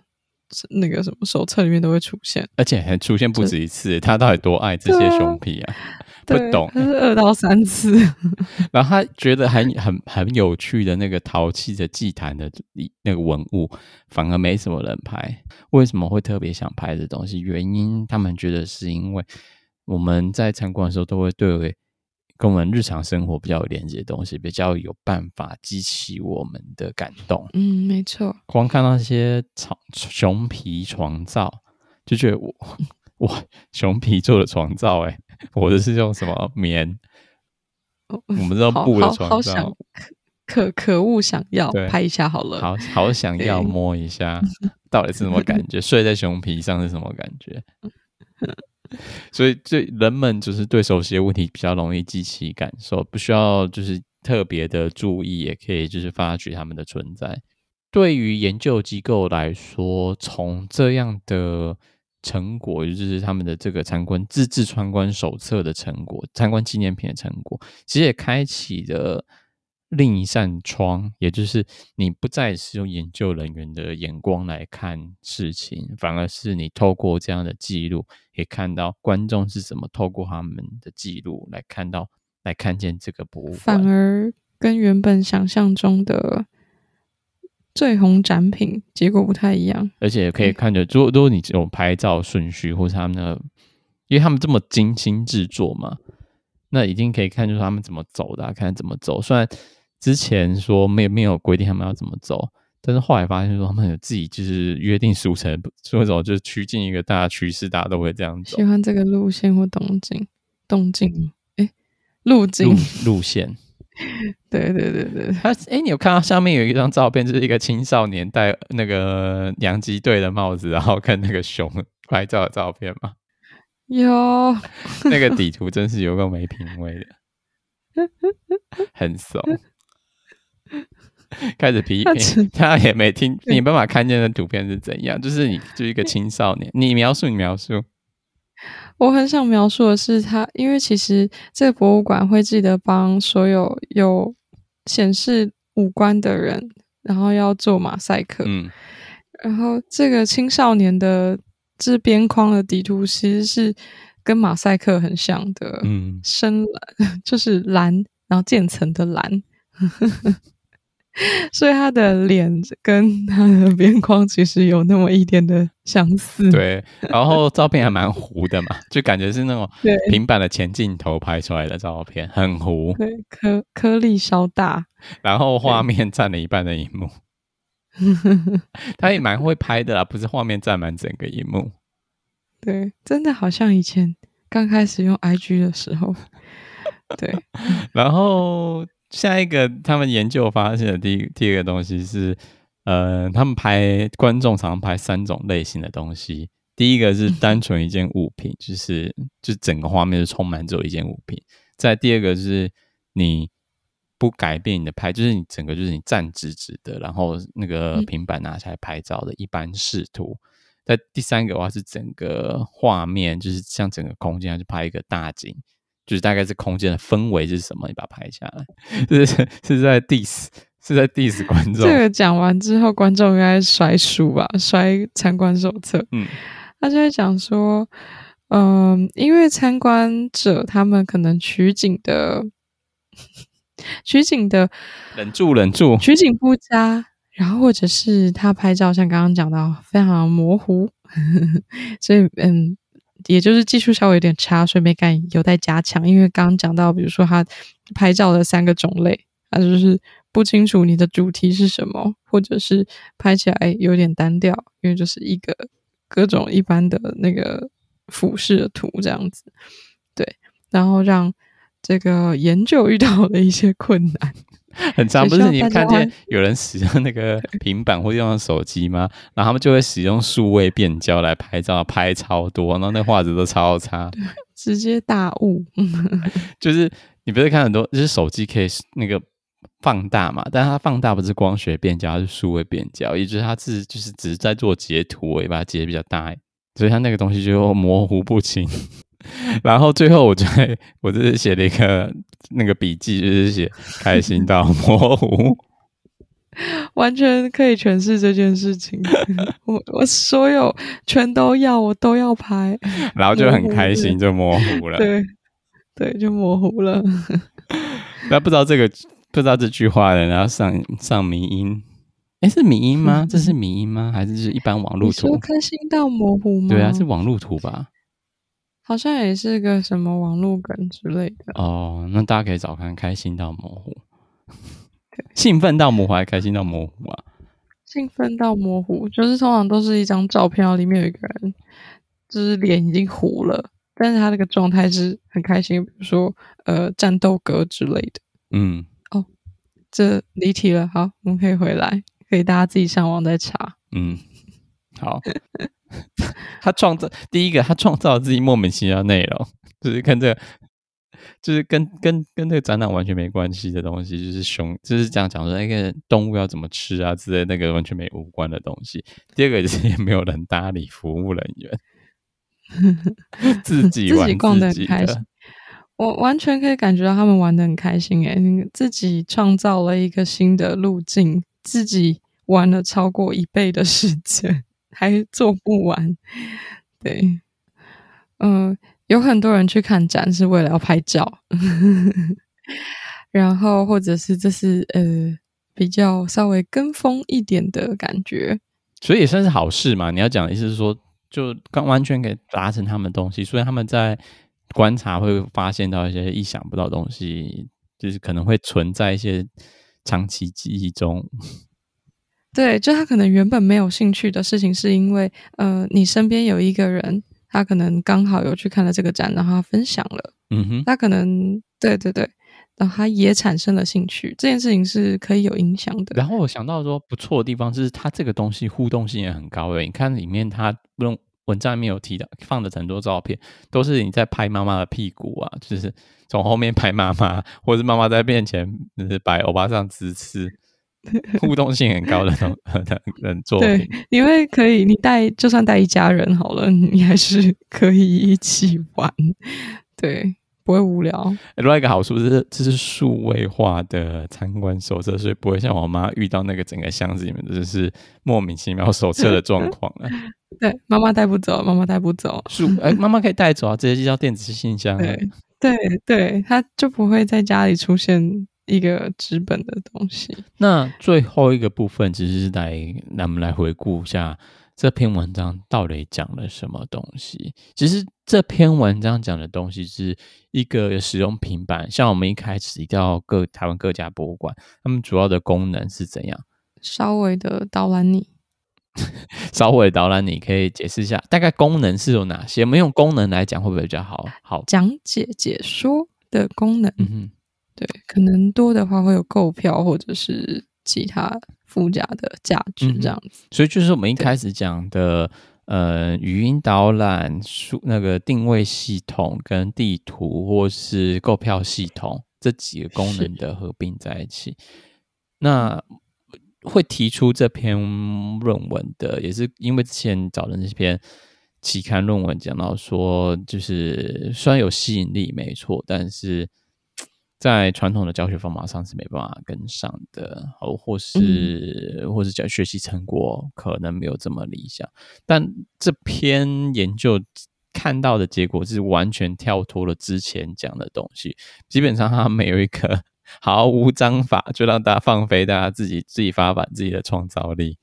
[SPEAKER 2] 那个什么手册里面都会出现，
[SPEAKER 1] 而且还出现不止一次，他到底多爱这些熊皮啊？不懂，
[SPEAKER 2] 他是2到3次。
[SPEAKER 1] 然后他觉得很有趣的那个陶器的祭坛的那个文物，反而没什么人拍。为什么会特别想拍这东西？原因他们觉得是因为我们在参观的时候都会对跟我们日常生活比较有连接的东西，比较有办法激起我们的感动。
[SPEAKER 2] 没错。
[SPEAKER 1] 光看到那些熊皮床罩，就觉得哇，熊皮做的床罩我的是用什么棉？我们知道布的床罩，
[SPEAKER 2] 可恶，想要拍一下好了，
[SPEAKER 1] 好想要摸一下，到底是什么感觉？睡在熊皮上是什么感觉？所以人们就是对熟悉的问题比较容易激起感受，不需要就是特别的注意，也可以就是发掘他们的存在。对于研究机构来说，从这样的成果，就是他们的这个自制参观手册的成果，参观纪念品的成果，其实也开启了另一扇窗，也就是你不再是用研究人员的眼光来看事情，反而是你透过这样的记录，也看到观众是怎么透过他们的记录来看见这个博物馆，
[SPEAKER 2] 反而跟原本想象中的最红展品结果不太一样。
[SPEAKER 1] 而且可以看着，如果你有拍照顺序，或是他们因为他们这么精心制作嘛，那一定可以看出他们怎么走的看怎么走。虽然之前说没有规定他们要怎么走，但是后来发现说他们有自己就是约定俗成，说走就是趋近一个大家趋势，大家都会这样走。
[SPEAKER 2] 喜欢这个路线或动静路
[SPEAKER 1] 线。
[SPEAKER 2] 对。
[SPEAKER 1] 你有看到上面有一张照片，就是一个青少年戴那个洋基队的帽子，然后跟那个熊拍照的照片吗？
[SPEAKER 2] 有。
[SPEAKER 1] 那个底图真是有够没品味的，很怂。开始批评他也没办法看见的图片是怎样，就是一个青少年，你描述。
[SPEAKER 2] 我很想描述的是因为其实这个博物馆会记得帮所有有显示五官的人，然后要做马赛克。然后这个青少年的这边框的底图其实是跟马赛克很像的，深蓝，就是蓝，然后渐层的蓝。所以他的脸跟他的边框其实有那么一点的相似。
[SPEAKER 1] 对，然后照片还蛮糊的嘛，就感觉是那种平板的前镜头拍出来的照片，很糊。
[SPEAKER 2] 对，颗粒稍大。
[SPEAKER 1] 然后画面占了一半的萤幕。他也蛮会拍的啦，不是画面占满整个萤幕。
[SPEAKER 2] 对，真的好像以前刚开始用 IG 的时候。对。
[SPEAKER 1] 然后下一个他们研究发现的第二个东西是，他们观众常拍3种类型的东西。第一个是单纯一件物品，就是整个画面是充满只有一件物品。再第二个就是你不改变你的拍，就是你整个就是你站直直的，然后那个平板拿起来拍照的一般视图。在第三个的话是整个画面，就是像整个空间，就拍一个大景。就是大概是空间的氛围是什么，你把它拍下来，是在 diss 观众。
[SPEAKER 2] 这个讲完之后，观众应该摔书吧，摔参观手册。他就会讲说，因为参观者他们可能取景的
[SPEAKER 1] 忍住，
[SPEAKER 2] 取景不佳，然后或者是他拍照像刚刚讲到非常模糊，所以也就是技术稍微有点差，所以美感有待加强。因为刚刚讲到，比如说他拍照的3个种类，他就是不清楚你的主题是什么，或者是拍起来有点单调，因为就是一个各种一般的那个俯视的图这样子。对，然后让这个研究遇到了一些困难。
[SPEAKER 1] 很常不是你看见有人使用那个平板或用手机吗？然后他们就会使用数位变焦来拍照，拍超多，然后那画质都超差，
[SPEAKER 2] 直接大雾。
[SPEAKER 1] 就是你不是看很多，就是手机可以那个放大嘛，但是它放大不是光学变焦，它是数位变焦，也就是它就是只是在做截图，我也把它截比较大，所以它那个东西就模糊不清。然后最后我就是写了一个那个笔记，就是写开心到模糊。
[SPEAKER 2] 完全可以诠释这件事情。我所有全都要，我都要拍，
[SPEAKER 1] 然后就很开心，就模糊了。
[SPEAKER 2] 对对，就模糊了。
[SPEAKER 1] 那不知道这句话的，然后上迷因，是迷因吗？这是迷因吗？还是就是一般网路图？
[SPEAKER 2] 你说开心到模糊吗？
[SPEAKER 1] 对啊，是网路图吧？
[SPEAKER 2] 好像也是个什么网路梗之类的。
[SPEAKER 1] 哦，那大家可以找看开心到模糊，兴奋到模糊还是开心到模糊啊？
[SPEAKER 2] 兴奋到模糊，就是通常都是一张照片，然后里面有一个人，就是脸已经糊了，但是他那个状态是很开心，比如说战斗歌之类的。
[SPEAKER 1] 嗯，
[SPEAKER 2] 哦，这离题了，好，我们可以回来，可以大家自己上网再查。
[SPEAKER 1] 嗯，好。他第一个，他创造自己莫名其妙的内容，就是跟这个，就是跟这个展览完全没关系的东西，就是这样讲说那个动物要怎么吃啊之类，那个完全没无关的东西。第二个就是也没有人搭理服务人员，自己玩
[SPEAKER 2] 逛得
[SPEAKER 1] 自己
[SPEAKER 2] 很开心
[SPEAKER 1] 的。
[SPEAKER 2] 我完全可以感觉到他们玩得很开心诶，自己创造了一个新的路径，自己玩了超过1倍的时间，还做不完。对，有很多人去看展是为了要拍照，然后或者是这是比较稍微跟风一点的感觉。
[SPEAKER 1] 所以也算是好事嘛。你要讲的意思是说，就刚完全可以达成他们的东西，所以他们在观察会发现到一些意想不到的东西，就是可能会存在一些长期记忆中。
[SPEAKER 2] 对，就他可能原本没有兴趣的事情，是因为你身边有一个人，他可能刚好有去看了这个展，然后他分享了，
[SPEAKER 1] 嗯哼，
[SPEAKER 2] 他可能对对对，然后他也产生了兴趣，这件事情是可以有影响的。
[SPEAKER 1] 然后我想到说不错的地方是，它这个东西互动性也很高诶。你看里面它用文章里面有提到放的很多照片，都是你在拍妈妈的屁股啊，就是从后面拍妈妈，或是妈妈在面前就是摆欧巴桑姿势，互动性很高的作
[SPEAKER 2] 对，
[SPEAKER 1] 品。
[SPEAKER 2] 你会可以，就算带一家人好了，你还是可以一起玩，对，不会无聊。
[SPEAKER 1] 另外一个好处是，这是数位化的参观手册，所以不会像我妈遇到那个整个箱子里面就是莫名其妙手册的状况了。
[SPEAKER 2] 对，妈妈带不走，妈妈带不走。
[SPEAKER 1] 妈妈可以带走啊，直接寄到电子信箱啊。
[SPEAKER 2] 对对，它就不会在家里出现一个纸本的东西。
[SPEAKER 1] 那最后一个部分，其实是我们来回顾一下这篇文章到底讲了什么东西。其实这篇文章讲的东西是一个使用平板，像我们一开始提到台湾各家博物馆，他们主要的功能是怎样？
[SPEAKER 2] 稍微的导览你。
[SPEAKER 1] 稍微导览，你可以解释一下大概功能是有哪些？我们用功能来讲会不会比较好？
[SPEAKER 2] 讲解解说的功能，
[SPEAKER 1] 嗯哼，
[SPEAKER 2] 对，可能多的话会有购票或者是其他附加的价值这样子。
[SPEAKER 1] 所以就是我们一开始讲的，语音导览、那个定位系统跟地图或是购票系统这几个功能的合并在一起。那会提出这篇论文的，也是因为之前找的那篇期刊论文讲到说，就是虽然有吸引力没错，但是在传统的教学方法上是没办法跟上的，或是学习成果可能没有这么理想。但这篇研究看到的结果是完全跳脱了之前讲的东西，基本上它没有一个毫无章法，就让大家放飞大家自己发展自己的创造力。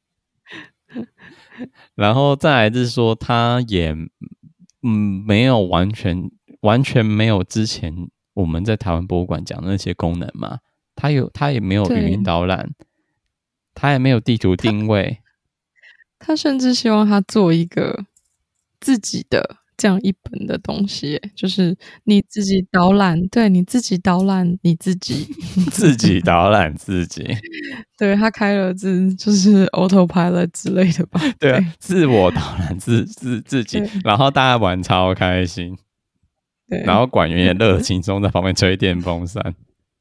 [SPEAKER 1] 然后再来就是说，他也没有完全没有之前我们在台湾博物馆讲的那些功能嘛。他也没有语音导览，他也没有地图定位，
[SPEAKER 2] 他甚至希望他做一个自己的这样一本的东西，就是你自己导览，对，你自己导览你自己，
[SPEAKER 1] 自己导览自己。
[SPEAKER 2] 对，他开了就是 autopilot 之类的吧？
[SPEAKER 1] 对啊，自我导览自己，然后大家玩超开心，
[SPEAKER 2] 对，
[SPEAKER 1] 然后馆员也乐轻松在旁边吹电风扇。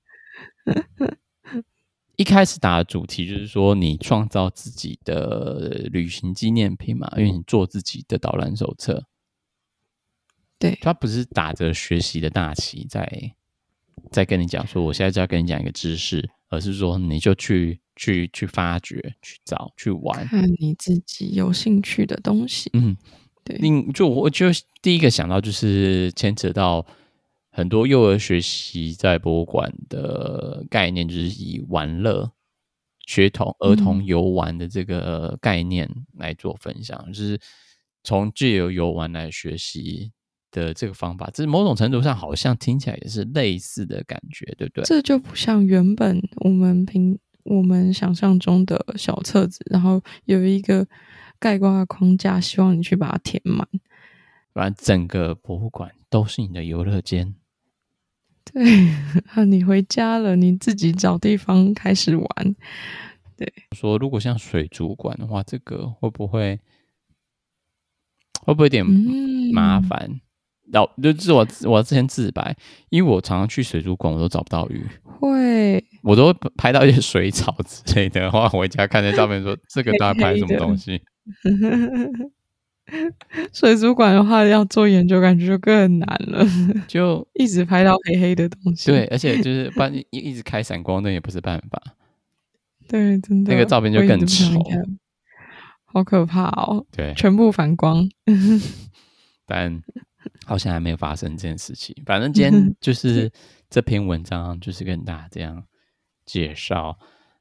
[SPEAKER 1] 一开始打的主题就是说，你创造自己的旅行纪念品嘛，因为你做自己的导览手册。
[SPEAKER 2] 对，
[SPEAKER 1] 他不是打着学习的大旗在跟你讲说，我现在就要跟你讲一个知识，而是说你就去去发掘、去找、去玩，
[SPEAKER 2] 看你自己有兴趣的东西。对，
[SPEAKER 1] 我就第一个想到就是牵扯到很多幼儿学习在博物馆的概念，就是以玩乐、儿童游玩的这个概念来做分享，就是从藉由游玩来学习的这个方法，这某种程度上好像听起来也是类似的感觉，对不对？
[SPEAKER 2] 这就不像原本我们想象中的小册子，然后有一个概括的框架，希望你去把它填满。
[SPEAKER 1] 不然整个博物馆都是你的游乐间。
[SPEAKER 2] 对，你回家了，你自己找地方开始玩。对，
[SPEAKER 1] 说如果像水族馆的话，这个会不会有点麻烦？就是我之前自白，因为我常常去水族馆，我都找不到鱼。
[SPEAKER 2] 会，
[SPEAKER 1] 我都拍到一些水草之类的话，回家看那照片说这个大概拍什么东西。
[SPEAKER 2] 水族馆的话要做研究，感觉就更难了，
[SPEAKER 1] 就
[SPEAKER 2] 一直拍到黑黑的东西。
[SPEAKER 1] 对，而且就是一直开闪光灯也不是办法。
[SPEAKER 2] 对，真的
[SPEAKER 1] 那个照片就更丑，
[SPEAKER 2] 好可怕哦！
[SPEAKER 1] 对，
[SPEAKER 2] 全部反光。
[SPEAKER 1] 但好像还没有发生这件事情。反正今天就是这篇文章，就是跟大家这样介绍。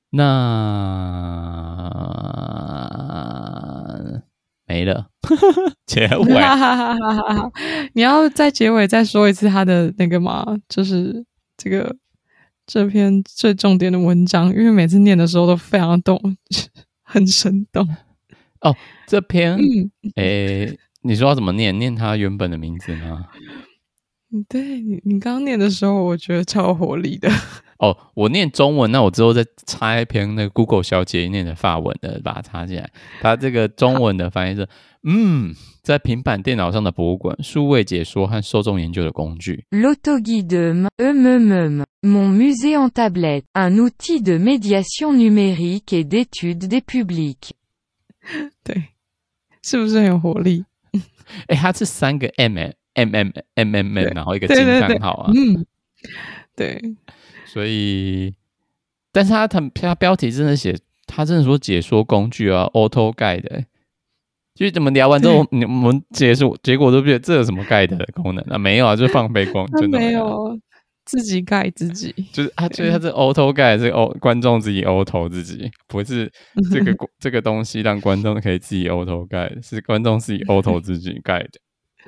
[SPEAKER 1] 那没了，结尾。
[SPEAKER 2] 你要在结尾再说一次他的那个吗？就是这篇最重点的文章，因为每次念的时候都非常懂，很生动。
[SPEAKER 1] 哦，这篇，你说要怎么念？念它原本的名字吗？
[SPEAKER 2] 对，你刚刚念的时候，我觉得超有活力的。
[SPEAKER 1] 哦，我念中文，那我之后再插一篇那个 Google 小姐念的法文的，把它插进来。它这个中文的翻译是，在平板电脑上的博物馆，数位解说和受众研究的工具。
[SPEAKER 3] L'autoguide mon musée en tablette, un outil de médiation numérique et d'étude des publics.
[SPEAKER 2] 对，是不是很有活力？
[SPEAKER 1] 它是3个 M，然后一个惊叹号啊。
[SPEAKER 2] 对。
[SPEAKER 1] 所以，但是它标题真的写，它真的说解说工具啊 ，Auto Guide。就是怎么聊完之后，我们结果都觉得这有什么盖的功能啊？没有啊，就是放背光，真的
[SPEAKER 2] 没有，自己盖自己。
[SPEAKER 1] 就是所以它是 auto 盖，是观众自己 auto 自己，不是这个东西让观众可以自己 auto 盖，是观众自己 auto 自己盖的，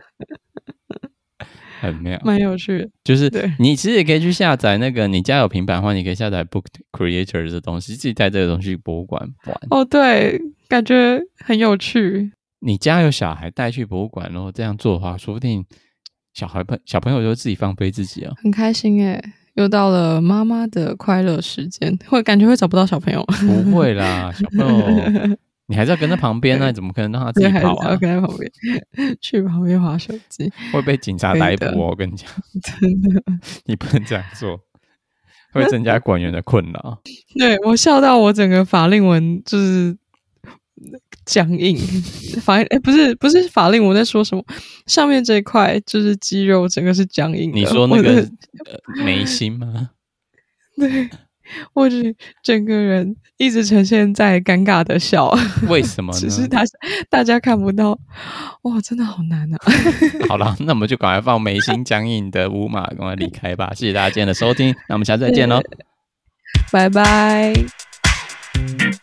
[SPEAKER 1] 很妙，
[SPEAKER 2] 蛮有趣的。
[SPEAKER 1] 就是你其实也可以去下载那个，你家有平板的话，你可以下载 Book Creator 的东西，自己带这个东西去博物馆玩。
[SPEAKER 2] 哦，对，感觉很有趣。
[SPEAKER 1] 你家有小孩带去博物馆，然后这样做的话，说不定小朋友就自己放飞自己啊，
[SPEAKER 2] 很开心耶！又到了妈妈的快乐时间，感觉会找不到小朋友。
[SPEAKER 1] 不会啦，小朋友你还是要跟在旁边啊，你怎么可能让他自己跑啊？
[SPEAKER 2] 还是要跟在旁边，去旁边滑手机，
[SPEAKER 1] 会被警察逮捕哦！我跟你讲，
[SPEAKER 2] 真的，
[SPEAKER 1] 你不能这样做，会增加馆员的困扰。
[SPEAKER 2] 对，我笑到我整个法令纹就是僵硬，不是法令，我在说什么？上面这一块就是肌肉，整个是僵硬的。
[SPEAKER 1] 你说那个眉心吗？
[SPEAKER 2] 对，我整个人一直呈现在尴尬的笑。
[SPEAKER 1] 为什么呢？
[SPEAKER 2] 只是大家看不到。哇，真的好难啊！
[SPEAKER 1] 好了，那我们就赶快放眉心僵硬的乌马，赶快离开吧。谢谢大家今天的收听，那我们下次再见喽，
[SPEAKER 2] 拜拜。